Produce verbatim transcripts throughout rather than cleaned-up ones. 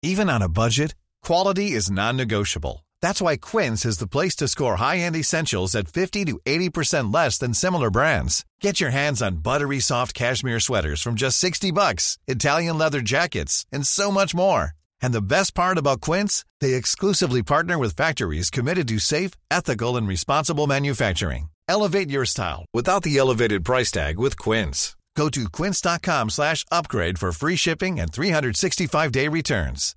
Even on a budget, quality is non-negotiable. That's why Quince is the place to score high-end essentials at fifty to eighty percent less than similar brands. Get your hands on buttery soft cashmere sweaters from just sixty bucks, Italian leather jackets, and so much more. And the best part about Quince, they exclusively partner with factories committed to safe, ethical, and responsible manufacturing. Elevate your style without the elevated price tag with Quince. Go to quince.com slash upgrade for free shipping and three sixty-five day returns.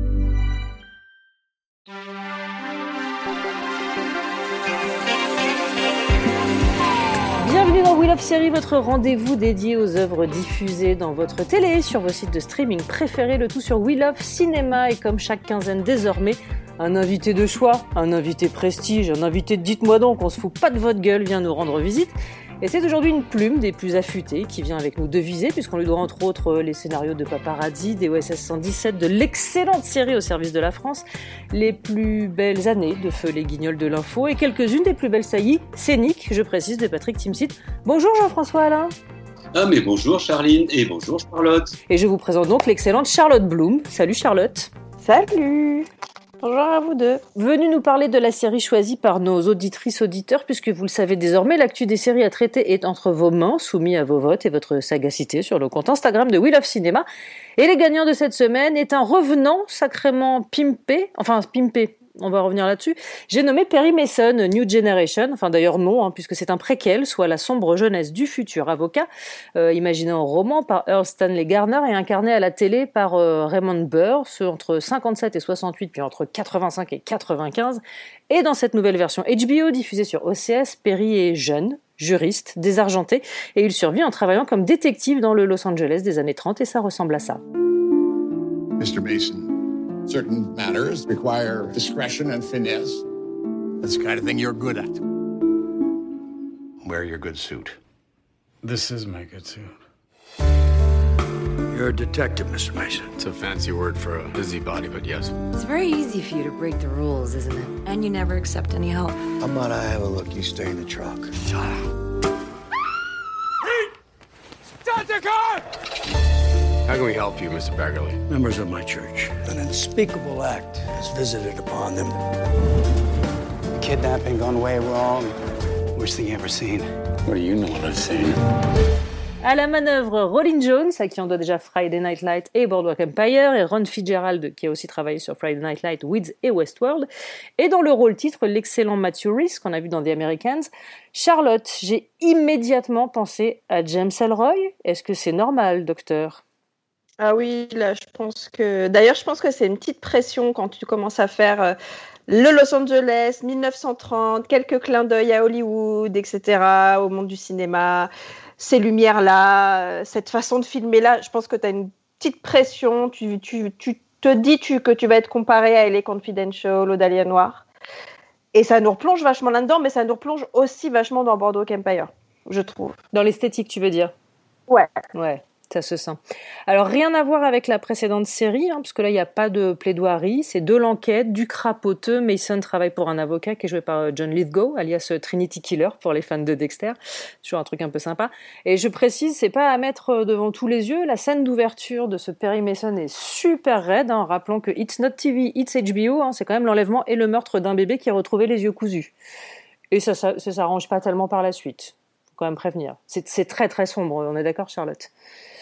Bienvenue dans Wheel of Série, votre rendez-vous dédié aux œuvres diffusées dans votre télé, sur vos sites de streaming préférés, le tout sur Wheel of Cinéma. Et comme chaque quinzaine désormais, un invité de choix, un invité prestige, un invité de dites-moi donc, on se fout pas de votre gueule, vient nous rendre visite. Et c'est aujourd'hui une plume des plus affûtées qui vient avec nous deviser, puisqu'on lui doit entre autres les scénarios de Paparazzi, des O S S cent dix-sept, de l'excellente série au service de la France, les plus belles années de Feu les Guignols de l'info et quelques-unes des plus belles saillies scéniques, je précise, de Patrick Timsit. Bonjour Jean-François Alain. Ah mais bonjour Charline et bonjour Charlotte. Et je vous présente donc l'excellente Charlotte Bloom. Salut Charlotte. Salut. Bonjour à vous deux. Venue nous parler de la série choisie par nos auditrices auditeurs, puisque vous le savez désormais, l'actu des séries à traiter est entre vos mains, soumis à vos votes et votre sagacité sur le compte Instagram de Wheel of Cinéma. Et les gagnants de cette semaine est un revenant sacrément pimpé, enfin pimpé, on va revenir là-dessus. J'ai nommé Perry Mason, New Generation, enfin d'ailleurs non, hein, puisque c'est un préquel, soit la sombre jeunesse du futur avocat, euh, imaginé en roman par Earl Stanley Garner et incarné à la télé par euh, Raymond Burr, ce entre cinquante-sept et soixante-huit, puis entre quatre-vingt-cinq et quatre-vingt-quinze. Et dans cette nouvelle version H B O diffusée sur O C S, Perry est jeune, juriste, désargenté, et il survit en travaillant comme détective dans le Los Angeles des années trente, et ça ressemble à ça. mister Mason. Certain matters require discretion and finesse. That's the kind of thing you're good at. Wear your good suit. This is my good suit. You're a detective, Mister Mason. It's a fancy word for a busybody, but yes. It's very easy for you to break the rules, isn't it? And you never accept any help. How about I have a look? You stay in the truck. Shut up. Start the car! How can we help you, Mister Baggerly? Members of my church. An unspeakable act has visited upon them. Kidnapping gone way wrong. Worst thing you ever seen. What do you know what I've seen? À la manœuvre, Rolling Jones, à qui on doit déjà Friday Night Light et Boardwalk Empire, et Ron Fitzgerald, qui a aussi travaillé sur Friday Night Light, Weeds et Westworld, et dans le rôle titre, l'excellent Matthew Rhys, qu'on a vu dans The Americans. Charlotte, j'ai immédiatement pensé à James Ellroy. Est-ce que c'est normal, docteur ? Ah oui, là, je pense que... D'ailleurs, je pense que c'est une petite pression quand tu commences à faire euh, le Los Angeles, dix-neuf cent trente, quelques clins d'œil à Hollywood, et cetera, au monde du cinéma, ces lumières-là, cette façon de filmer-là. Je pense que tu as une petite pression. Tu, tu, tu te dis tu, que tu vas être comparé à L A Confidential, au Dahlia Noir. Et ça nous replonge vachement là-dedans, mais ça nous replonge aussi vachement dans Boardwalk Empire, je trouve. Dans l'esthétique, tu veux dire ? Ouais. Ouais. Ça se sent. Alors, rien à voir avec la précédente série, hein, parce que là, il n'y a pas de plaidoirie, c'est de l'enquête, du crapoteux. Mason travaille pour un avocat qui est joué par John Lithgow, alias Trinity Killer, pour les fans de Dexter. Toujours un truc un peu sympa. Et je précise, c'est pas à mettre devant tous les yeux, la scène d'ouverture de ce Perry Mason est super raide, hein, rappelons que It's Not T V, It's H B O, hein, c'est quand même l'enlèvement et le meurtre d'un bébé qui est retrouvé les yeux cousus. Et ça, ça, ça s'arrange pas tellement par la suite. Faut quand même prévenir. C'est, c'est très très sombre, on est d'accord, Charlotte ?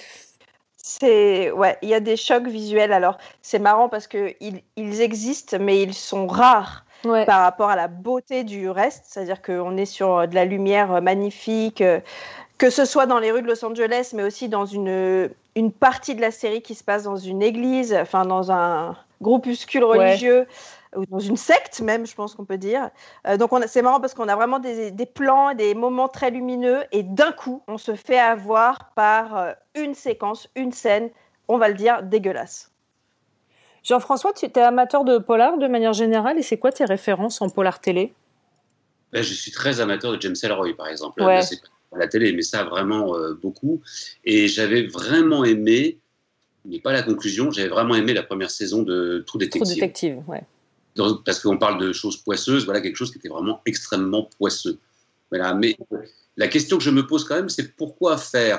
C'est ouais, il y a des chocs visuels. Alors c'est marrant parce que ils, ils existent, mais ils sont rares ouais. par rapport à la beauté du reste. C'est-à-dire qu'on est sur de la lumière magnifique, que ce soit dans les rues de Los Angeles, mais aussi dans une une partie de la série qui se passe dans une église, enfin dans un groupuscule religieux. Ouais. Ou dans une secte même, je pense qu'on peut dire. Euh, donc on a, c'est marrant parce qu'on a vraiment des, des plans, des moments très lumineux, et d'un coup, on se fait avoir par euh, une séquence, une scène, on va le dire, dégueulasse. Jean-François, tu es amateur de polar de manière générale, et c'est quoi tes références en polar télé ? Ben, je suis très amateur de James Ellroy, par exemple. Ouais. Là, c'est pas à la télé, mais ça vraiment euh, beaucoup. Et j'avais vraiment aimé, mais pas la conclusion, j'avais vraiment aimé la première saison de True Detective. True Detective, ouais. Donc, parce qu'on parle de choses poisseuses, voilà quelque chose qui était vraiment extrêmement poisseux. Voilà. Mais la question que je me pose quand même, c'est pourquoi faire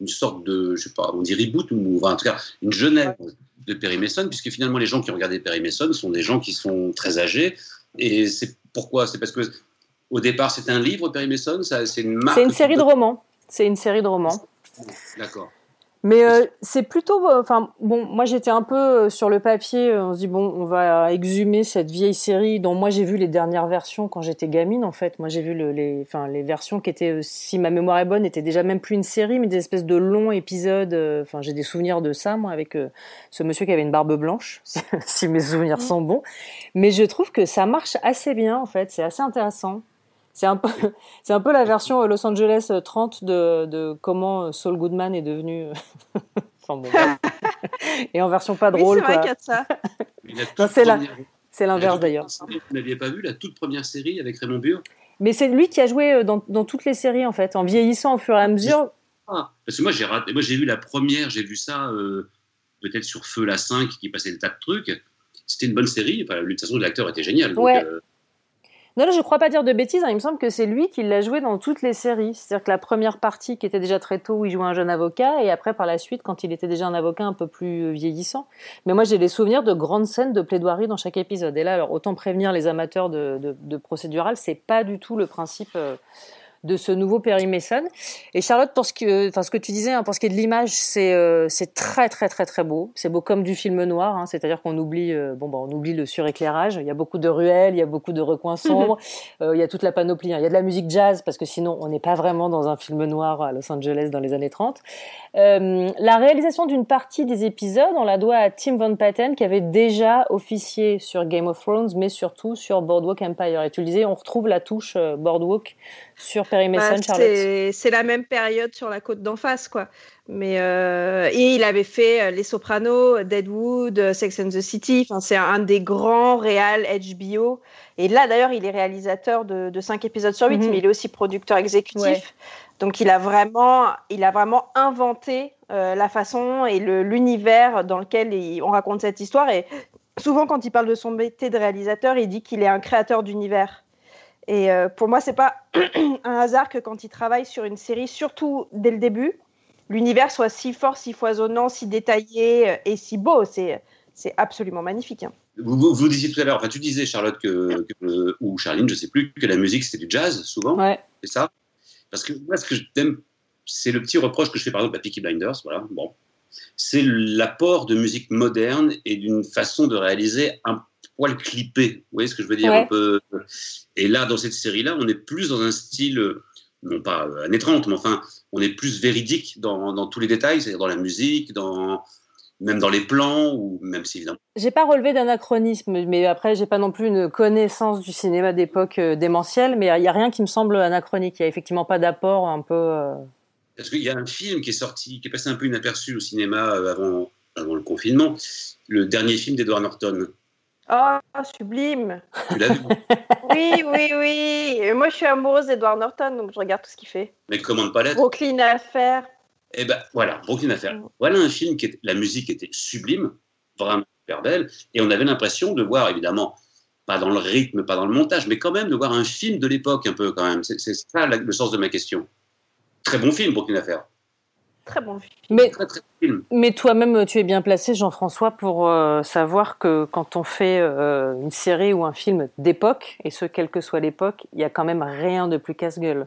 une sorte de, je sais pas, on dit reboot ou enfin, en tout cas une genèse ouais. de Perry Mason, puisque finalement les gens qui ont regardé Perry Mason sont des gens qui sont très âgés. Et c'est pourquoi ? C'est parce que au départ c'était un livre Perry Mason, ça, c'est une marque. C'est une série de romans. C'est une série de romans. D'accord. Mais euh, c'est plutôt, enfin euh, bon, moi j'étais un peu euh, sur le papier. On se dit bon, on va exhumer cette vieille série dont moi j'ai vu les dernières versions quand j'étais gamine. En fait, moi j'ai vu le, les, enfin les versions qui étaient, si ma mémoire est bonne, étaient déjà même plus une série, mais des espèces de longs épisodes. Enfin, euh, j'ai des souvenirs de ça, moi, avec euh, ce monsieur qui avait une barbe blanche, si mes souvenirs mmh. sont bons. Mais je trouve que ça marche assez bien. En fait, c'est assez intéressant. C'est un peu, c'est un peu la version Los Angeles trente de, de comment Saul Goodman est devenu. enfin bon. Et en version pas drôle. Oui, c'est quoi. vrai qu'il y a de ça. Non, c'est, la, c'est l'inverse d'ailleurs. Vous n'aviez pas vu la toute première série avec Raymond Burr ? Mais c'est lui qui a joué dans, dans toutes les séries en fait, en vieillissant au fur et à mesure. Ah, parce que moi j'ai raté, moi j'ai vu la première, j'ai vu ça euh, peut-être sur Feu la cinq qui passait le tas de trucs. C'était une bonne série. Enfin, de toute façon l'acteur était génial. Donc, ouais. euh, Non, non, je ne crois pas dire de bêtises. Hein. Il me semble que c'est lui qui l'a joué dans toutes les séries. C'est-à-dire que la première partie, qui était déjà très tôt, où il jouait un jeune avocat, et après, par la suite, quand il était déjà un avocat un peu plus vieillissant. Mais moi, j'ai des souvenirs de grandes scènes de plaidoirie dans chaque épisode. Et là, alors, autant prévenir les amateurs de, de, de procédural, c'est pas du tout le principe euh, de ce nouveau Perry Mason. Et Charlotte, pour ce que, enfin, ce que tu disais, hein, pour ce qui est de l'image, c'est, euh, c'est très, très, très, très beau. C'est beau comme du film noir, hein, c'est-à-dire qu'on oublie, euh, bon, bah, on oublie le suréclairage. Il y a beaucoup de ruelles, il y a beaucoup de recoins sombres, euh, il y a toute la panoplie. Hein. Il y a de la musique jazz, parce que sinon, on n'est pas vraiment dans un film noir à Los Angeles dans les années trente. Euh, la réalisation d'une partie des épisodes, on la doit à Tim Von Patten, qui avait déjà officié sur Game of Thrones, mais surtout sur Boardwalk Empire. Et tu le disais, on retrouve la touche euh, Boardwalk sur Perry Mason, bah, Charlotte. C'est, c'est la même période sur la côte d'en face, quoi. Mais euh, et il avait fait Les Sopranos, Deadwood, Sex and the City. Enfin, c'est un des grands réals H B O. Et là, d'ailleurs, il est réalisateur de, de cinq épisodes sur huit, mm-hmm. mais il est aussi producteur exécutif. Ouais. Donc, il a vraiment, il a vraiment inventé euh, la façon et le, l'univers dans lequel il, on raconte cette histoire. Et souvent, quand il parle de son métier de réalisateur, il dit qu'il est un créateur d'univers. Et euh, pour moi, c'est pas un hasard que quand il travaille sur une série, surtout dès le début, l'univers soit si fort, si foisonnant, si détaillé et si beau. C'est, c'est absolument magnifique. Hein. Vous, vous, vous disiez tout à l'heure, enfin tu disais Charlotte que, que, ou Charline, je sais plus, que la musique c'était du jazz souvent. Ouais. C'est ça. Parce que moi, ce que j'aime, c'est le petit reproche que je fais par exemple à Peaky Blinders. Voilà. Bon, c'est l'apport de musique moderne et d'une façon de réaliser un poil clippé. Vous voyez ce que je veux dire, ouais. un peu. Et là, dans cette série-là, on est plus dans un style, non pas années trente, mais enfin, on est plus véridique dans, dans tous les détails, c'est-à-dire dans la musique, dans, même dans les plans, ou même si évidemment. J'ai pas relevé d'anachronisme, mais après, j'ai pas non plus une connaissance du cinéma d'époque euh, démentielle, mais il y a rien qui me semble anachronique. Il y a effectivement pas d'apport un peu. Euh... Parce qu'il y a un film qui est sorti, qui est passé un peu inaperçu au cinéma avant, avant le confinement, le dernier film d'Edward Norton. Oh, sublime. Tu l'as vu? Oui, oui, oui. Et moi, je suis amoureuse d'Edward Norton, donc je regarde tout ce qu'il fait. Mais comment ne pas l'être? Brooklyn Affair. Eh ben, voilà, Brooklyn Affair. Mm. Voilà un film qui est, la musique était sublime, vraiment super belle, et on avait l'impression de voir, évidemment, pas dans le rythme, pas dans le montage, mais quand même de voir un film de l'époque un peu quand même. C'est, c'est ça la, le sens de ma question. Très bon film, Brooklyn Affair. Très bon film. Mais, très, très bon film. Mais toi-même, tu es bien placé, Jean-François, pour euh, savoir que quand on fait euh, une série ou un film d'époque, et ce, quelle que soit l'époque, il n'y a quand même rien de plus casse-gueule.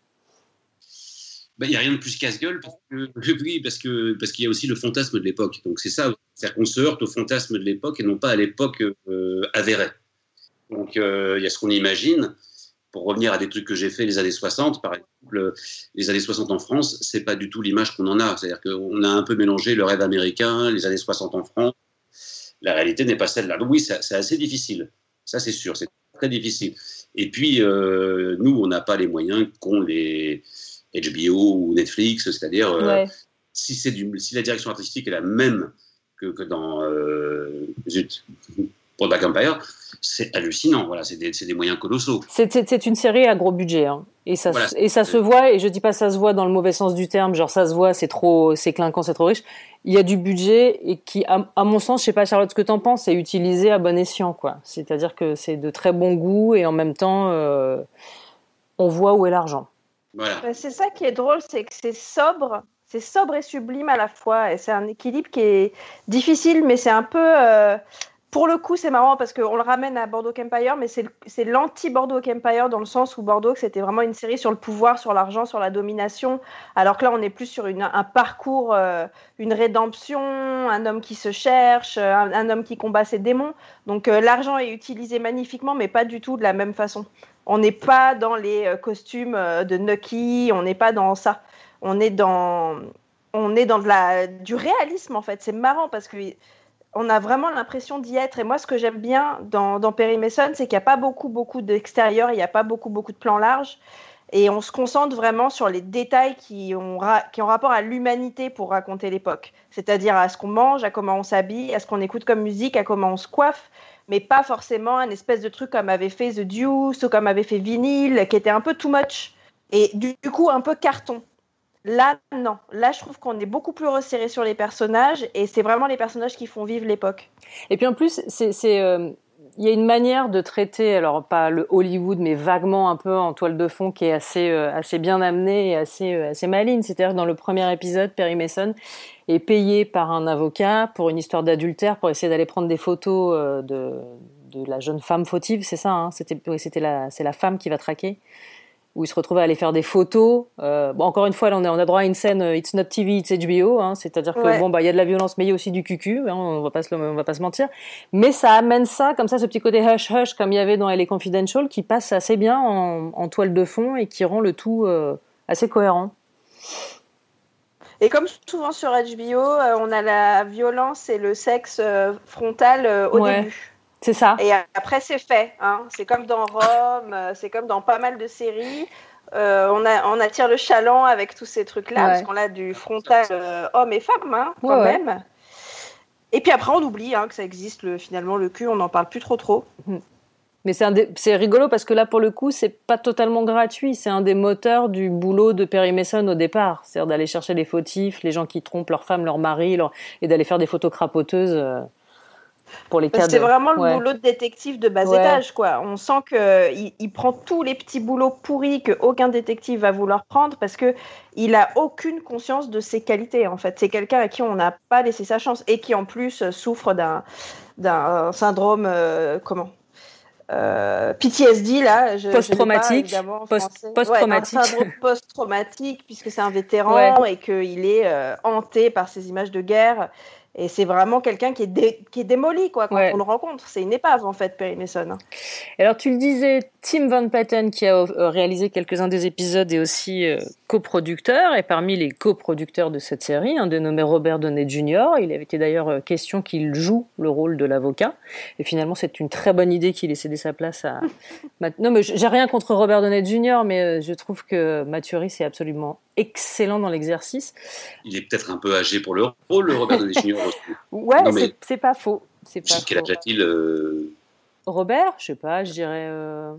Ben, il n'y a rien de plus casse-gueule, parce que, oui, parce, que, parce qu'il y a aussi le fantasme de l'époque. Donc c'est ça, c'est-à-dire qu'on se heurte au fantasme de l'époque et non pas à l'époque euh, avérée. Donc euh, il y a ce qu'on imagine. Pour revenir à des trucs que j'ai fait les années soixante, par exemple, les années soixante en France, c'est pas du tout l'image qu'on en a. C'est-à-dire qu'on a un peu mélangé le rêve américain, les années soixante en France. La réalité n'est pas celle-là. Donc oui, c'est, c'est assez difficile. Ça, c'est sûr, c'est très difficile. Et puis, euh, nous, on n'a pas les moyens qu'ont les H B O ou Netflix. C'est-à-dire, euh, ouais. si, c'est du, si la direction artistique est la même que, que dans euh, zut, Broadwalk Empire, c'est hallucinant, voilà, c'est des, c'est des moyens colossaux. C'est, c'est, c'est une série à gros budget, hein. et ça, voilà, et ça se voit, et je dis pas ça se voit dans le mauvais sens du terme, genre ça se voit, c'est trop, c'est clinquant, c'est trop riche. Il y a du budget et qui, à, à mon sens, je sais pas Charlotte ce que t'en penses, c'est utilisé à bon escient, quoi. C'est-à-dire que c'est de très bon goût et en même temps, euh, on voit où est l'argent. Voilà. Ben, c'est ça qui est drôle, c'est que c'est sobre, c'est sobre et sublime à la fois. Et c'est un équilibre qui est difficile, mais c'est un peu... Euh, pour le coup, c'est marrant parce qu'on le ramène à Boardwalk Empire, mais c'est, c'est l'anti-Boardwalk Empire dans le sens où Boardwalk, c'était vraiment une série sur le pouvoir, sur l'argent, sur la domination, alors que là, on est plus sur une, un parcours, euh, une rédemption, un homme qui se cherche, un, un homme qui combat ses démons. Donc, euh, l'argent est utilisé magnifiquement, mais pas du tout de la même façon. On n'est pas dans les euh, costumes euh, de Nucky, on n'est pas dans ça. On est dans, on est dans de la, du réalisme, en fait. C'est marrant parce que... on a vraiment l'impression d'y être. Et moi, ce que j'aime bien dans, dans Perry Mason, c'est qu'il n'y a pas beaucoup, beaucoup d'extérieur, il n'y a pas beaucoup, beaucoup de plans larges. Et on se concentre vraiment sur les détails qui ont, ra- qui ont rapport à l'humanité pour raconter l'époque. C'est-à-dire à ce qu'on mange, à comment on s'habille, à ce qu'on écoute comme musique, à comment on se coiffe, mais pas forcément un espèce de truc comme avait fait The Deuce ou comme avait fait Vinyl, qui était un peu too much. Et du, du coup, un peu carton. Là, non. Là, je trouve qu'on est beaucoup plus resserré sur les personnages et c'est vraiment les personnages qui font vivre l'époque. Et puis en plus, c'est, c'est, euh, y a une manière de traiter, alors pas le Hollywood, mais vaguement un peu en toile de fond, qui est assez, euh, assez bien amenée et assez, euh, assez maligne. C'est-à-dire que dans le premier épisode, Perry Mason est payé par un avocat pour une histoire d'adultère, pour essayer d'aller prendre des photos euh, de, de la jeune femme fautive, c'est ça, hein, c'était, c'était la, c'est la femme qui va traquer. Où il se retrouve à aller faire des photos. Euh, bon, encore une fois, là, on a, on a droit à une scène euh, It's not T V, it's H B O, hein, c'est-à-dire que ouais. bon, bah, il y a de la violence, mais il y a aussi du cucu, hein, on va pas se, on va pas se mentir. Mais ça amène ça, comme ça, ce petit côté hush hush, comme il y avait dans L A Confidential, qui passe assez bien en, en toile de fond et qui rend le tout euh, assez cohérent. Et comme souvent sur H B O, euh, on a la violence et le sexe euh, frontal euh, au ouais. début. C'est ça. Et après, c'est fait. Hein. C'est comme dans Rome, c'est comme dans pas mal de séries. Euh, on, a, on attire le chaland avec tous ces trucs-là, ouais. Parce qu'on a du frontal euh, homme et femme, hein, quand ouais, même. Ouais. Et puis après, on oublie hein, que ça existe, le, finalement, le cul, on n'en parle plus trop trop. Mais c'est, un des, c'est rigolo parce que là, pour le coup, c'est pas totalement gratuit. C'est un des moteurs du boulot de Perry Mason au départ. C'est-à-dire d'aller chercher les fautifs, les gens qui trompent leur femme, leur mari, leur... et d'aller faire des photos crapoteuses... Euh... Pour les cas c'est de... vraiment le ouais. boulot de détective de bas ouais. étage, quoi. On sent qu'il il prend tous les petits boulots pourris qu'aucun détective va vouloir prendre parce qu'il n'a aucune conscience de ses qualités, en fait. C'est quelqu'un à qui on n'a pas laissé sa chance et qui, en plus, souffre d'un, d'un syndrome... Euh, comment euh, P T S D, là. Je, post-traumatique. Je pas, post, post-traumatique. Ouais, un syndrome post-traumatique, puisque c'est un vétéran ouais. et qu'il est euh, hanté par ces images de guerre. Et c'est vraiment quelqu'un qui est, dé, qui est démoli quoi, quand ouais. on le rencontre. C'est une épave, en fait, Perry Mason. Alors, tu le disais, Tim Van Patten, qui a réalisé quelques-uns des épisodes, est aussi euh, coproducteur. Et parmi les coproducteurs de cette série, un dénommé Robert Downey junior Il avait été d'ailleurs question qu'il joue le rôle de l'avocat. Et finalement, c'est une très bonne idée qu'il ait cédé sa place à... non, mais j'ai rien contre Robert Downey junior, mais je trouve que Mathuris est absolument excellent dans l'exercice. Il est peut-être un peu âgé pour le rôle, le Robert Downey junior Ouais, non, c'est, c'est pas faux. C'est pas quel âge a-t-il euh... Robert, je sais pas, je dirais euh,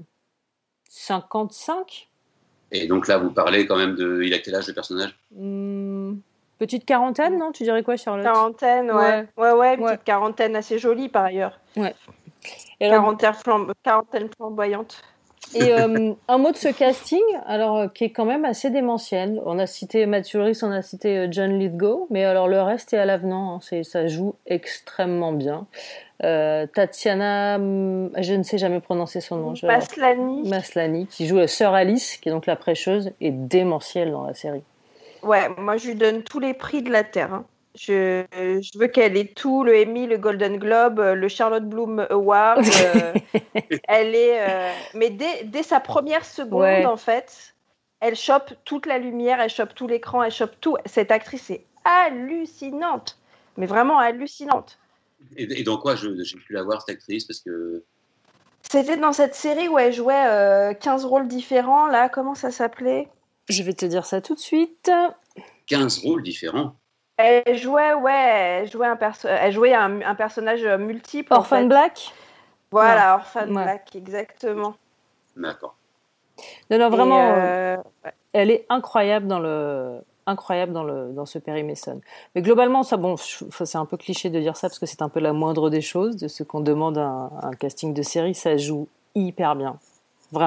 cinquante-cinq. Et donc là, vous parlez quand même de... Il a quel âge, le personnage mmh, Petite quarantaine, non? Tu dirais quoi, Charlotte? Quarantaine, ouais. Ouais, ouais, ouais, une ouais. petite quarantaine assez jolie, par ailleurs. Ouais. Et alors... quarantaine, flambe... quarantaine flamboyante. Et euh, un mot de ce casting, alors euh, qui est quand même assez démentiel. On a cité Mathuris, on a cité euh, John Lithgow, mais alors le reste est à l'avenant. Hein, c'est, ça joue extrêmement bien. Euh, Tatiana, je ne sais jamais prononcer son nom. Maslany. Maslany, qui joue la sœur Alice, qui est donc la prêcheuse, est démentielle dans la série. Ouais, moi je lui donne tous les prix de la terre. Hein. Je, je veux qu'elle ait tout, le Emmy, le Golden Globe, le Charlotte Bloom Award. euh, elle est, euh, mais dès, dès sa première seconde, ouais. en fait, elle chope toute la lumière, elle chope tout l'écran, elle chope tout. Cette actrice est hallucinante, mais vraiment hallucinante. Et, et dans quoi je, j'ai pu la voir, cette actrice, parce que... C'était dans cette série où elle jouait euh, quinze rôles différents, là, comment ça s'appelait ? Je vais te dire ça tout de suite. quinze rôles différents ? Elle jouait, ouais, elle jouait un, perso- elle jouait un, un personnage multiple. Orphan en fait. Black. Voilà, non. Orphan ouais. Black, exactement. D'accord. Non, non, vraiment, euh, ouais. Elle est incroyable dans le, incroyable dans le, dans ce Perry Mason. Mais globalement, ça, bon, c'est un peu cliché de dire ça parce que c'est un peu la moindre des choses de ce qu'on demande à un, à un casting de série. Ça joue hyper bien, vraiment.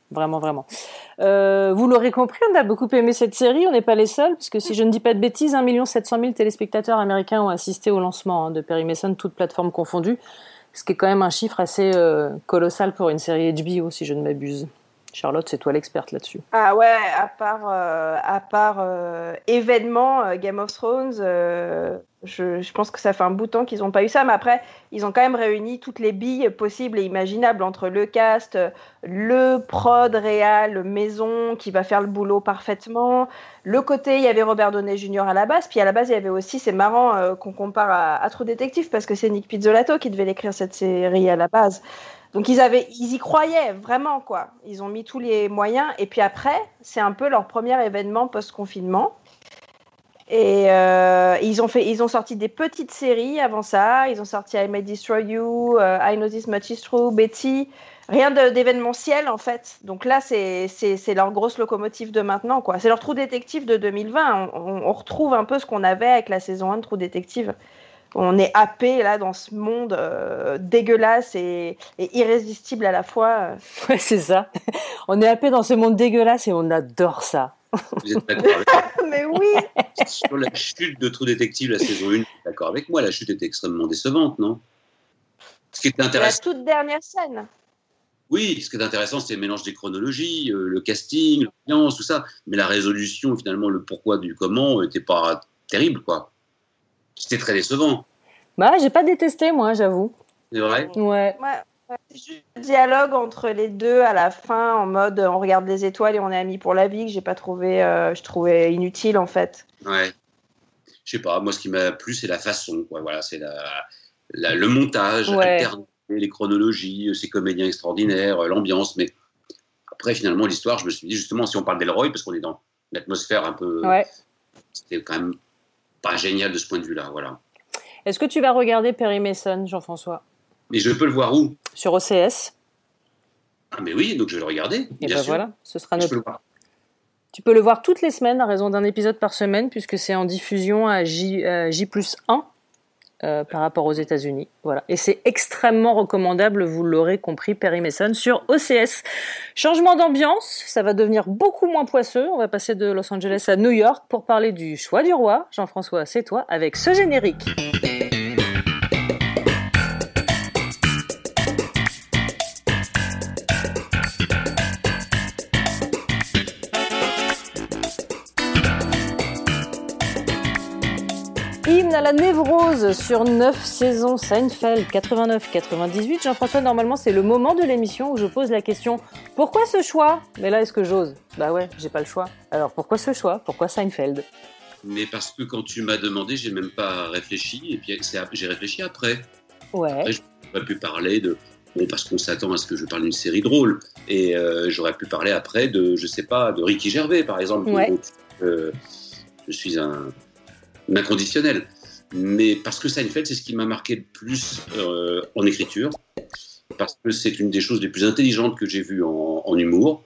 Vraiment, vraiment. Euh, vous l'aurez compris, on a beaucoup aimé cette série. On n'est pas les seuls, parce que si je ne dis pas de bêtises, un million sept cent mille téléspectateurs américains ont assisté au lancement hein, de Perry Mason, toutes plateformes confondues. Ce qui est quand même un chiffre assez euh, colossal pour une série H B O, si je ne m'abuse. Charlotte, c'est toi l'experte là-dessus. Ah ouais, à part, euh, à part euh, événement euh, Game of Thrones, euh, je, je pense que ça fait un bout de temps qu'ils n'ont pas eu ça, mais après, ils ont quand même réuni toutes les billes possibles et imaginables entre le cast, le prod réal, maison qui va faire le boulot parfaitement. Le côté, il y avait Robert Downey junior à la base, puis à la base, il y avait aussi, c'est marrant euh, qu'on compare à, à True Detective parce que c'est Nick Pizzolatto qui devait l'écrire cette série à la base. Donc ils avaient, ils y croyaient vraiment quoi. Ils ont mis tous les moyens et puis après c'est un peu leur premier événement post-confinement et euh, ils ont fait, ils ont sorti des petites séries avant ça. Ils ont sorti I May Destroy You, uh, I Know This Much Is True, Betty. Rien de, d'événementiel en fait. Donc là c'est, c'est, c'est leur grosse locomotive de maintenant quoi. C'est leur True Detective de deux mille vingt. On, on, on retrouve un peu ce qu'on avait avec la saison un de True Detective. On est happé là dans ce monde euh, dégueulasse et, et irrésistible à la fois. Ouais, c'est ça. On est happé dans ce monde dégueulasse et on adore ça. Vous êtes d'accord avec moi? Mais oui. Sur la chute de True Detective, la saison un, vous êtes d'accord avec moi, la chute était extrêmement décevante, non? Ce qui était intéressant. La toute dernière scène. Oui, ce qui est intéressant, c'est le mélange des chronologies, euh, le casting, l'ambiance, tout ça. Mais la résolution, finalement, le pourquoi du comment, n'était pas terrible, quoi. C'était très décevant. Bah, j'ai pas détesté, moi, j'avoue. C'est vrai ? Ouais. Ouais, ouais. C'est juste le dialogue entre les deux à la fin, en mode on regarde les étoiles et on est amis pour la vie, que j'ai pas trouvé, euh, je trouvais inutile en fait. Ouais. Je sais pas, moi ce qui m'a plu, c'est la façon, quoi. Voilà, c'est la, la, le montage, ouais. alterner les chronologies, ces comédiens extraordinaires, l'ambiance. Mais après, finalement, l'histoire, je me suis dit, justement, si on parle d'Elroy, parce qu'on est dans l'atmosphère un peu. Ouais. C'était quand même pas génial de ce point de vue-là, voilà. Est-ce que tu vas regarder Perry Mason, Jean-François ? Mais je peux le voir où ? Sur O C S. Ah mais oui, donc je vais le regarder, et bien ben sûr. Voilà, ce sera je notre... peux le voir. Tu peux le voir toutes les semaines à raison d'un épisode par semaine puisque c'est en diffusion à J, euh, J plus un euh, par rapport aux États-Unis. Voilà. Et c'est extrêmement recommandable, vous l'aurez compris, Perry Mason sur O C S. Changement d'ambiance, ça va devenir beaucoup moins poisseux. On va passer de Los Angeles à New York pour parler du choix du roi. Jean-François, c'est toi, avec ce générique. Hymne à la névrose sur neuf saisons Seinfeld quatre-vingt-neuf quatre-vingt-dix-huit. Jean-François, normalement, c'est le moment de l'émission où je pose la question « Pourquoi ce choix ?» Mais là, est-ce que j'ose ? Bah ouais, j'ai pas le choix. Alors, pourquoi ce choix ? Pourquoi Seinfeld ? Mais parce que quand tu m'as demandé, j'ai même pas réfléchi, et puis c'est, j'ai réfléchi après. Ouais. Après, j'aurais pu parler de... Bon, parce qu'on s'attend à ce que je parle d'une série drôle. Et euh, j'aurais pu parler après de, je sais pas, de Ricky Gervais, par exemple. Ouais. Donc, euh, je suis un... inconditionnel. Mais parce que Seinfeld, c'est ce qui m'a marqué le plus euh, en écriture, parce que c'est une des choses les plus intelligentes que j'ai vues en, en humour.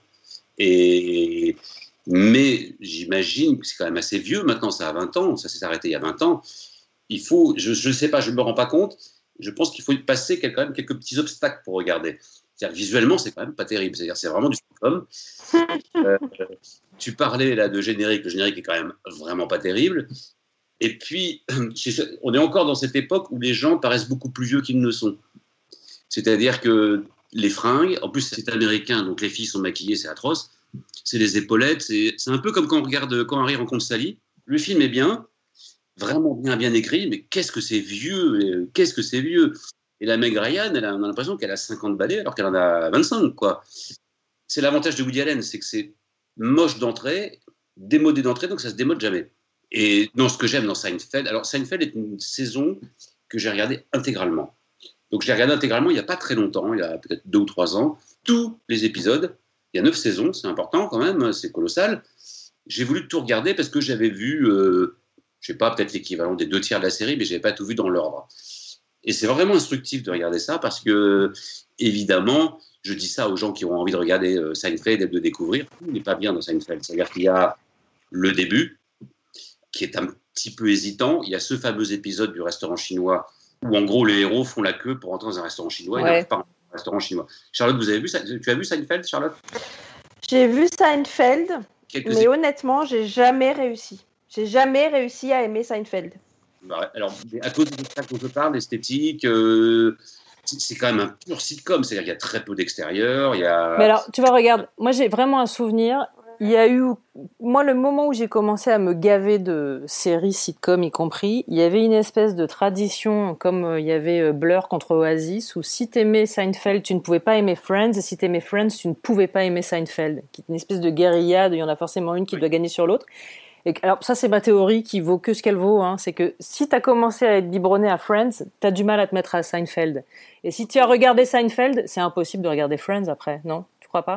Et, mais j'imagine que c'est quand même assez vieux maintenant, ça a vingt ans, ça s'est arrêté il y a vingt ans. Il faut, je ne sais pas, je ne me rends pas compte, je pense qu'il faut y passer quand même quelques petits obstacles pour regarder. C'est-à-dire, visuellement, c'est quand même pas terrible. C'est-à-dire, c'est vraiment du sitcom. Euh, tu parlais là de générique, le générique est quand même vraiment pas terrible. Et puis, on est encore dans cette époque où les gens paraissent beaucoup plus vieux qu'ils ne le sont. C'est-à-dire que les fringues, en plus c'est américain, donc les filles sont maquillées, c'est atroce. C'est les épaulettes, c'est, c'est un peu comme quand on regarde Quand Harry rencontre Sally. Le film est bien, vraiment bien, bien écrit, mais qu'est-ce que c'est vieux, qu'est-ce que c'est vieux. Et la Meg Ryan, elle a, on a l'impression qu'elle a cinquante balais alors qu'elle en a vingt-cinq, quoi. C'est l'avantage de Woody Allen, c'est que c'est moche d'entrée, démodé d'entrée, donc ça se démode jamais. Et non, ce que j'aime dans Seinfeld, alors Seinfeld est une saison que j'ai regardée intégralement. Donc je l'ai regardée intégralement il n'y a pas très longtemps, il y a peut-être deux ou trois ans. Tous les épisodes, il y a neuf saisons, c'est important quand même, c'est colossal. J'ai voulu tout regarder parce que j'avais vu, euh, je ne sais pas, peut-être l'équivalent des deux tiers de la série, mais je n'avais pas tout vu dans l'ordre. Et c'est vraiment instructif de regarder ça parce que, évidemment, je dis ça aux gens qui ont envie de regarder euh, Seinfeld et de le découvrir. Tout n'est pas bien dans Seinfeld. C'est-à-dire qu'il y a le début, qui est un petit peu hésitant. Il y a ce fameux épisode du restaurant chinois où, en gros, les héros font la queue pour entrer dans un restaurant chinois. Ouais. Et n'arrivent pas à un restaurant chinois. Charlotte, vous avez vu ça ? Tu as vu Seinfeld, Charlotte ? J'ai vu Seinfeld, Quelques mais épisodes. honnêtement, j'ai jamais réussi. J'ai jamais réussi à aimer Seinfeld. Bah, alors, à cause de ça qu'on te parle, l'esthétique, euh, c'est, c'est quand même un pur sitcom. C'est-à-dire qu'il y a très peu d'extérieur. Il y a... Mais alors, tu vois, regarde, moi j'ai vraiment un souvenir. Il y a eu, moi, le moment où j'ai commencé à me gaver de séries sitcom y compris, il y avait une espèce de tradition, comme euh, il y avait euh, Blur contre Oasis, où si t'aimais Seinfeld, tu ne pouvais pas aimer Friends, et si t'aimais Friends, tu ne pouvais pas aimer Seinfeld. Qui est une espèce de guérilla, il y en a forcément une qui Oui. doit gagner sur l'autre. Et, alors ça, c'est ma théorie qui vaut que ce qu'elle vaut, hein, c'est que si t'as commencé à être biberonné à Friends, t'as du mal à te mettre à Seinfeld. Et si tu as regardé Seinfeld, c'est impossible de regarder Friends après, non ? Tu crois pas ?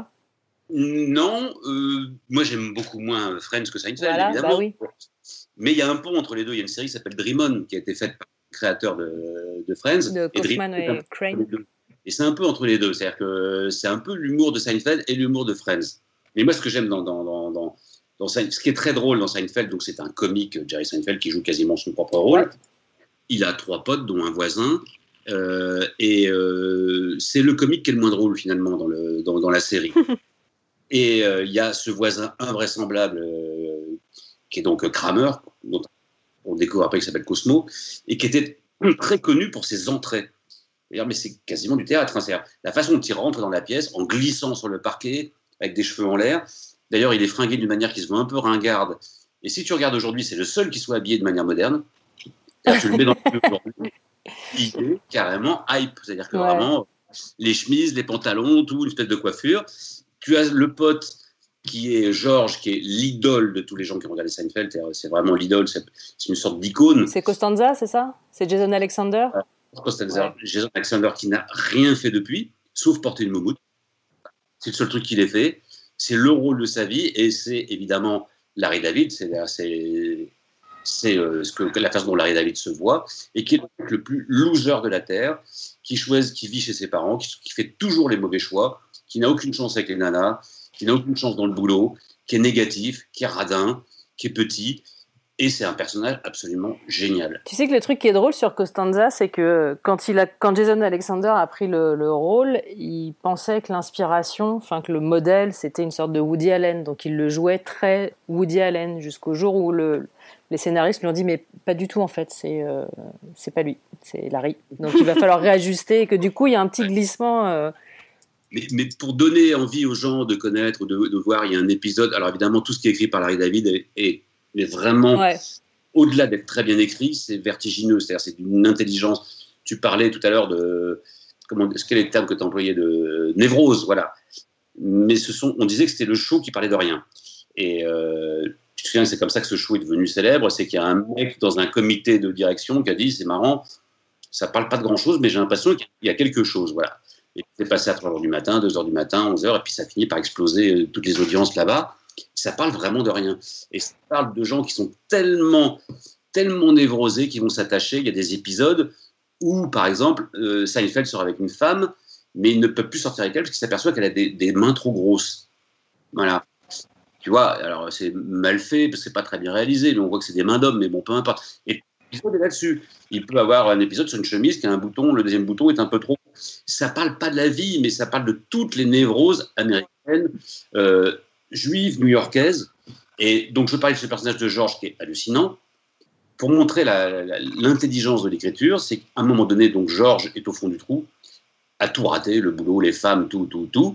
Non, euh, moi j'aime beaucoup moins Friends que Seinfeld, Voilà, évidemment. bah oui. Mais il y a un pont entre les deux. Il y a une série qui s'appelle Dream On, qui a été faite par le créateur de, de Friends. De et Dream Kaufman On est un et peu entre Crane. les deux. Et c'est un peu entre les deux. C'est-à-dire que c'est un peu l'humour de Seinfeld et l'humour de Friends. Mais moi, ce que j'aime dans, dans, dans, dans, dans Seinfeld, ce qui est très drôle dans Seinfeld, donc c'est un comique, Jerry Seinfeld, qui joue quasiment son propre rôle. Ouais. Il a trois potes, dont un voisin. Euh, et euh, c'est le comique qui est le moins drôle, finalement, dans, le, dans, dans la série. Et il euh, y a ce voisin invraisemblable euh, qui est donc Kramer, dont on découvre après qu'il s'appelle Cosmo, et qui était très connu pour ses entrées. D'ailleurs, mais c'est quasiment du théâtre. Hein. C'est-à-dire, la façon dont il rentre dans la pièce, en glissant sur le parquet, avec des cheveux en l'air. D'ailleurs, il est fringué d'une manière qui se voit un peu ringarde. Et si tu regardes aujourd'hui, c'est le seul qui soit habillé de manière moderne. C'est-à-dire, tu le mets dans le aujourd'hui, il est carrément hype. C'est-à-dire que Ouais. vraiment, les chemises, les pantalons, tout, une espèce de coiffure. Tu as le pote qui est George, qui est l'idole de tous les gens qui ont regardé Seinfeld. C'est vraiment l'idole, c'est une sorte d'icône. C'est Costanza, c'est ça ? C'est Jason Alexander ? Costanza, Ouais. Jason Alexander qui n'a rien fait depuis, sauf porter une moumoute. C'est le seul truc qu'il ait fait. C'est le rôle de sa vie et c'est évidemment Larry David. C'est, c'est, c'est euh, ce que, la façon dont Larry David se voit et qui est le plus loser de la Terre, qui choisit, qui vit chez ses parents, qui, qui fait toujours les mauvais choix, qui n'a aucune chance avec les nanas, qui n'a aucune chance dans le boulot, qui est négatif, qui est radin, qui est petit. Et c'est un personnage absolument génial. Tu sais que le truc qui est drôle sur Costanza, c'est que quand, il a, quand Jason Alexander a pris le, le rôle, il pensait que l'inspiration, enfin que le modèle, c'était une sorte de Woody Allen. Donc il le jouait très Woody Allen jusqu'au jour où le, les scénaristes lui ont dit mais pas du tout en fait, c'est, euh, c'est pas lui, c'est Larry. Donc il va falloir réajuster et que du coup il y a un petit glissement... Euh, Mais, mais pour donner envie aux gens de connaître, de, de voir, il y a un épisode. Alors évidemment, tout ce qui est écrit par Larry David est, est, est vraiment, ouais. au-delà d'être très bien écrit, c'est vertigineux. C'est-à-dire, c'est d'une intelligence. Tu parlais tout à l'heure de, comment, quel est le terme que tu as employé, de névrose, voilà. Mais ce sont, on disait que c'était le show qui parlait de rien. Et euh, tu te souviens que c'est comme ça que ce show est devenu célèbre. C'est qu'il y a un mec dans un comité de direction qui a dit, c'est marrant, ça parle pas de grand-chose, mais j'ai l'impression qu'il y a quelque chose, voilà. Et c'est passé à trois heures du matin, deux heures du matin, onze heures, et puis ça finit par exploser euh, toutes les audiences là-bas. Ça parle vraiment de rien. Et ça parle de gens qui sont tellement, tellement névrosés qu'ils vont s'attacher. Il y a des épisodes où, par exemple, euh, Seinfeld sort avec une femme, mais il ne peut plus sortir avec elle parce qu'il s'aperçoit qu'elle a des, des mains trop grosses. Voilà. Tu vois, alors c'est mal fait parce que c'est pas très bien réalisé, mais on voit que c'est des mains d'homme, mais bon, peu importe. Et l'épisode est là-dessus. Il peut avoir un épisode sur une chemise qui a un bouton, le deuxième bouton est un peu trop. Ça parle pas de la vie, mais ça parle de toutes les névroses américaines, euh, juives, new-yorkaises. Et donc, je parlais de ce personnage de George qui est hallucinant. Pour montrer la, la, l'intelligence de l'écriture, c'est qu'à un moment donné, donc George est au fond du trou, a tout raté, le boulot, les femmes, tout, tout, tout.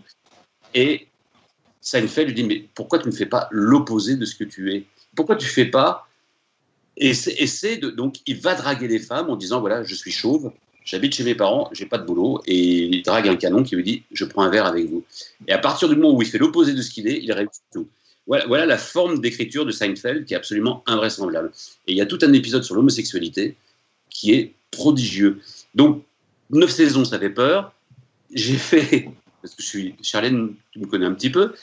Et Seinfeld lui dit, mais pourquoi tu ne fais pas l'opposé de ce que tu es ? Pourquoi tu ne fais pas... Et c'est, et c'est de, donc, il va draguer les femmes en disant, voilà, je suis chauve, j'habite chez mes parents, j'ai pas de boulot, et il drague un canon qui lui dit, je prends un verre avec vous. Et à partir du moment où il fait l'opposé de ce qu'il est, il réussit tout. Voilà, voilà la forme d'écriture de Seinfeld qui est absolument invraisemblable. Et il y a tout un épisode sur l'homosexualité qui est prodigieux. Donc, neuf saisons, ça fait peur. J'ai fait, parce que je suis, Charlène, tu me connais un petit peu,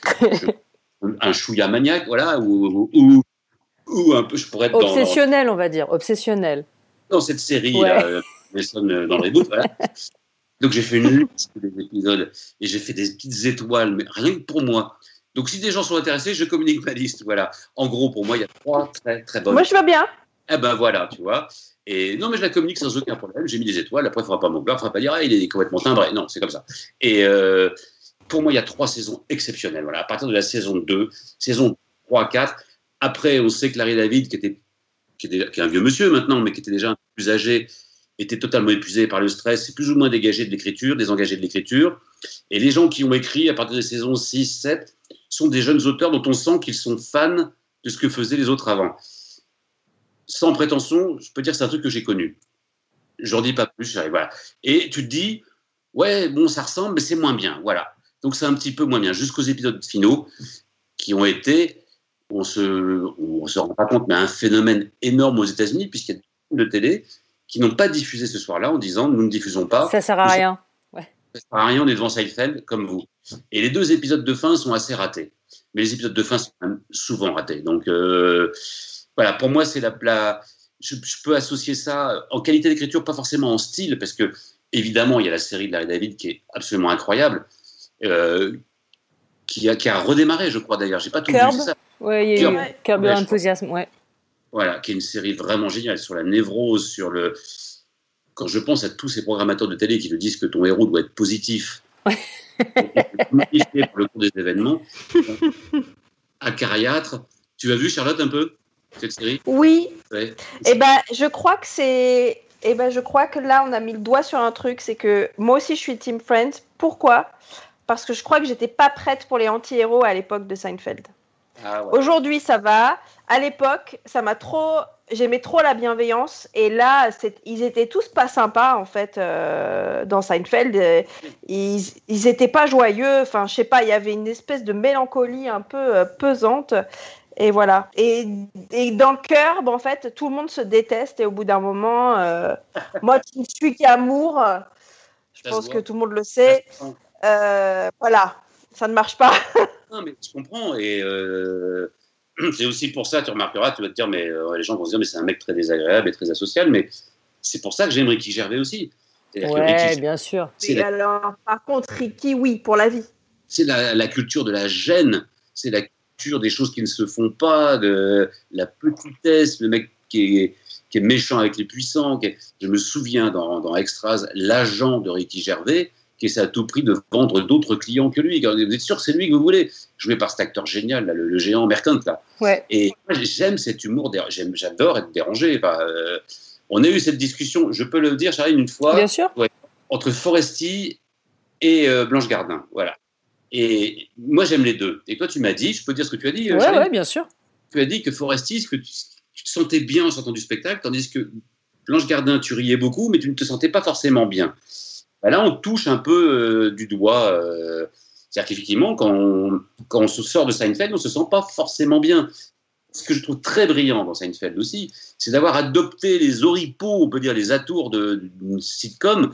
un chouïa maniaque, voilà, ou, ou, ou un peu, je pourrais être obsessionnel, dans, on va dire, obsessionnel. Dans cette série, ouais. là, Mason dans le reboot, voilà. Donc j'ai fait une liste des épisodes et j'ai fait des petites étoiles, mais rien que pour moi. Donc si des gens sont intéressés, je communique ma liste, voilà. En gros, pour moi, il y a trois très très bonnes. Moi, je veux bien. Eh ben voilà, tu vois. Et non, mais je la communique sans aucun problème. J'ai mis des étoiles. Après, il ne faudra pas m'en plaindre, il ne faudra pas dire, ah, il est complètement timbré. Non, c'est comme ça. Et, euh, pour moi, il y a trois saisons exceptionnelles. Voilà, à partir de la saison deux, saison trois, quatre. Après, on sait que Larry David, qui était, qui était qui est un vieux monsieur maintenant, mais qui était déjà un peu plus âgé, était totalement épuisé par le stress, c'est plus ou moins dégagé de l'écriture, désengagé de l'écriture. Et les gens qui ont écrit à partir des saisons six, sept sont des jeunes auteurs dont on sent qu'ils sont fans de ce que faisaient les autres avant. Sans prétention, je peux dire que c'est un truc que j'ai connu. J'en dis pas plus, voilà. Et tu te dis, ouais, bon, ça ressemble, mais c'est moins bien, voilà. Donc c'est un petit peu moins bien, jusqu'aux épisodes finaux qui ont été, on se, on se rend pas compte, mais un phénomène énorme aux États-Unis, puisqu'il y a des chaînes de télé qui n'ont pas diffusé ce soir-là en disant, nous ne diffusons pas. Ça sert à rien. Ouais. Ça sert à rien, on est devant Seinfeld, comme vous. Et les deux épisodes de fin sont assez ratés. Mais les épisodes de fin sont quand même souvent ratés. Donc, euh, voilà, pour moi, c'est la, la je, je peux associer ça en qualité d'écriture, pas forcément en style, parce que, évidemment, il y a la série de Larry David qui est absolument incroyable, euh, qui, a, qui a redémarré, je crois, d'ailleurs. J'ai pas tout Curb. vu, c'est ça. Oui, il y a eu Curb Your Enthusiasm, ouais. Voilà, qui est une série vraiment géniale sur la névrose, sur le... Quand je pense à tous ces programmateurs de télé qui te disent que ton héros doit être positif, ouais. Magnifié pour le cours des événements, acariâtre. Tu as vu, Charlotte, un peu cette série? Oui. Ouais. Eh ben, je crois que c'est... Eh ben, je crois que là, on a mis le doigt sur un truc, c'est que moi aussi, je suis Team Friends. Pourquoi? Parce que je crois que j'étais pas prête pour les anti-héros à l'époque de Seinfeld. Ah ouais. Aujourd'hui, ça va. À l'époque, ça m'a trop... J'aimais trop la bienveillance. Et là, c'est... ils étaient tous pas sympas, en fait, euh, dans Seinfeld. Ils... ils étaient pas joyeux. Enfin, je sais pas, il y avait une espèce de mélancolie un peu euh, pesante. Et voilà. Et, et dans le Curb, en fait, tout le monde se déteste. Et au bout d'un moment, euh, moi qui ne suis qu'amour, je ça pense que tout le monde le sait. Euh, voilà, ça ne marche pas. Non, mais je comprends. Et euh, c'est aussi pour ça, tu remarqueras, tu vas te dire, mais euh, les gens vont se dire, mais c'est un mec très désagréable et très asocial. Mais c'est pour ça que j'aime Ricky Gervais aussi. C'est-à-dire ouais, que Ricky, bien sûr. Et la... alors, par contre, Ricky, oui, pour la vie. C'est la, la culture de la gêne. C'est la culture des choses qui ne se font pas, de la petitesse, le mec qui est, qui est méchant avec les puissants. Qui est... Je me souviens dans, dans Extras, l'agent de Ricky Gervais, qui essaie à tout prix de vendre d'autres clients que lui. Vous êtes sûr que c'est lui que vous voulez? Joué par cet acteur génial, là, le, le géant Mercant. Là. Ouais. Et moi, j'aime cet humour, j'aime, j'adore être dérangé. Enfin, euh, on a eu cette discussion, je peux le dire, Charline, une fois. Bien sûr. Ouais, entre Foresti et euh, Blanche Gardin. Voilà. Et moi, j'aime les deux. Et toi, tu m'as dit, je peux dire ce que tu as dit, ouais, Charline? Ouais, bien sûr. Tu as dit que Foresti, que tu, tu te sentais bien en sortant du spectacle, tandis que Blanche Gardin, tu riais beaucoup, mais tu ne te sentais pas forcément bien. Ben là, on touche un peu euh, du doigt. Euh, c'est-à-dire qu'effectivement, quand on, quand on se sort de Seinfeld, on ne se sent pas forcément bien. Ce que je trouve très brillant dans Seinfeld aussi, c'est d'avoir adopté les oripeaux, on peut dire les atours de, d'une sitcom,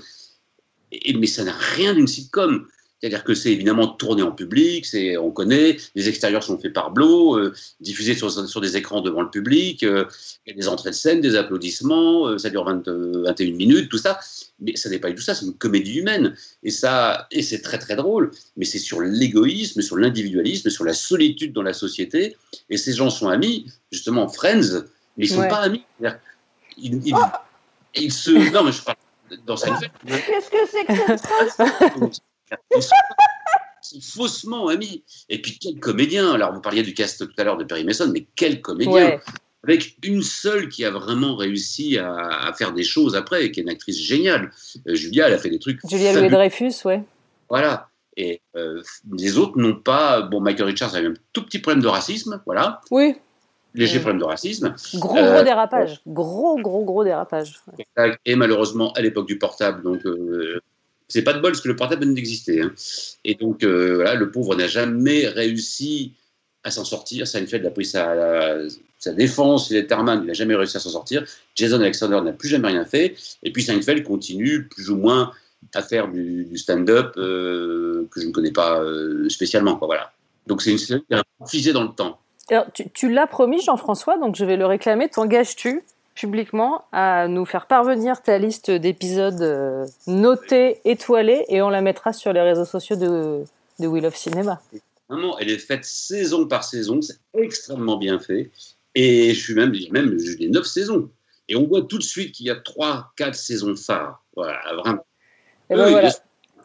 et, mais ça n'a rien d'une sitcom. C'est-à-dire que c'est évidemment tourné en public, c'est, on connaît, les extérieurs sont faits par Blo, euh, diffusés sur, sur des écrans devant le public, euh, il y a des entrées de scène, des applaudissements, euh, ça dure vingt, vingt et une minutes, tout ça. Mais ça n'est pas du tout ça, c'est une comédie humaine. Et, ça, et c'est très très drôle, mais c'est sur l'égoïsme, sur l'individualisme, sur la solitude dans la société. Et ces gens sont amis, justement, friends, mais ils ne sont ouais. pas amis. C'est-à-dire, ils, ils, oh ils se... Non, mais je parle dans Seinfeld. Qu'est-ce que c'est que cette phrase? Ils sont, ils sont faussement amis. Et puis quel comédien. Alors vous parliez du cast tout à l'heure de Perry Mason, mais quel comédien, ouais. Avec une seule qui a vraiment réussi à, à faire des choses après, et qui est une actrice géniale. euh, Julia, elle a fait des trucs Julia Louis-Dreyfus, ouais. Voilà. Et euh, les autres n'ont pas. Bon, Michael Richards a eu un tout petit problème de racisme, voilà. Oui. Léger problème de racisme. Gros, euh, gros dérapage. Gros, gros, gros dérapage. Ouais. Et malheureusement, à l'époque du portable, donc euh, c'est pas de bol parce que le portable venait d'exister. Hein. Et donc, euh, voilà, le pauvre n'a jamais réussi à s'en sortir. Seinfeld a pris sa, sa défense. Letterman, il n'a jamais réussi à s'en sortir. Jason Alexander n'a plus jamais rien fait. Et puis Seinfeld continue plus ou moins à faire du, du stand-up euh, que je ne connais pas euh, spécialement. Quoi, voilà. Donc, c'est une série qui est un peu figée dans le temps. Alors, tu, tu l'as promis, Jean-François, donc je vais le réclamer. T'engages-tu publiquement à nous faire parvenir ta liste d'épisodes euh, notés, étoilés, et on la mettra sur les réseaux sociaux de, de We Love Cinéma. Vraiment, elle est faite saison par saison, c'est extrêmement bien fait, et je suis même, même j'ai les neuf saisons, et on voit tout de suite qu'il y a trois, quatre saisons phares, voilà, vraiment. Et ben oui, voilà.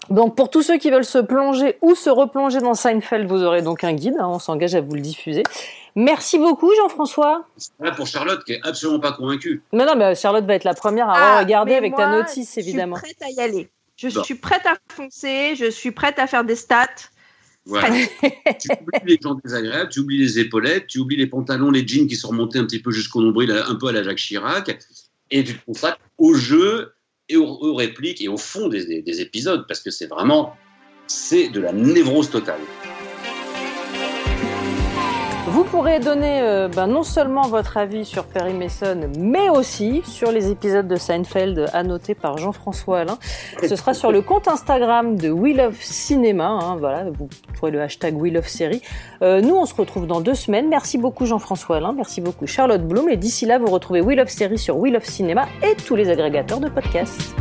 Donc pour tous ceux qui veulent se plonger ou se replonger dans Seinfeld, vous aurez donc un guide, hein, on s'engage à vous le diffuser. Merci beaucoup Jean-François. C'est vrai pour Charlotte qui est absolument pas convaincue. Mais non, mais Charlotte va être la première à ah, regarder avec moi, ta notice évidemment. Je suis prête à y aller. Je bon. suis prête à foncer, je suis prête à faire des stats. Voilà. Tu oublies les gens désagréables, tu oublies les épaulettes, tu oublies les pantalons, les jeans qui sont remontés un petit peu jusqu'au nombril, un peu à la Jacques Chirac, et tu te consacres au jeu et aux, aux répliques et au fond des, des, des épisodes, parce que c'est vraiment, c'est de la névrose totale. Vous pourrez donner euh, ben, non seulement votre avis sur Perry Mason, mais aussi sur les épisodes de Seinfeld annotés par Jean-François Alain. Ce sera sur le compte Instagram de We Love Cinéma. Hein, voilà, vous pourrez le hashtag We Love Série. Euh, nous, on se retrouve dans deux semaines. Merci beaucoup Jean-François Alain, merci beaucoup Charlotte Bloom. Et d'ici là, vous retrouvez We Love Série sur We Love Cinéma et tous les agrégateurs de podcasts.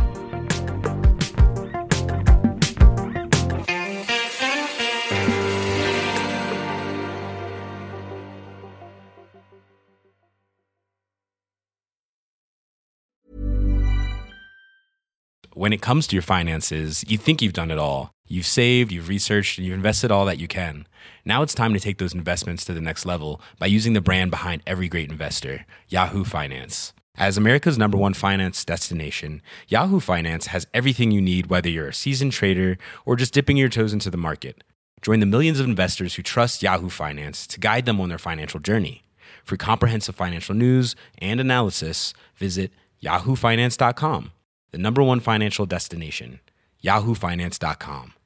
When it comes to your finances, you think you've done it all. You've saved, you've researched, and you've invested all that you can. Now it's time to take those investments to the next level by using the brand behind every great investor, Yahoo Finance. As America's number one finance destination, Yahoo Finance has everything you need, whether you're a seasoned trader or just dipping your toes into the market. Join the millions of investors who trust Yahoo Finance to guide them on their financial journey. For comprehensive financial news and analysis, visit yahoo finance dot com. The number one financial destination, yahoo finance dot com.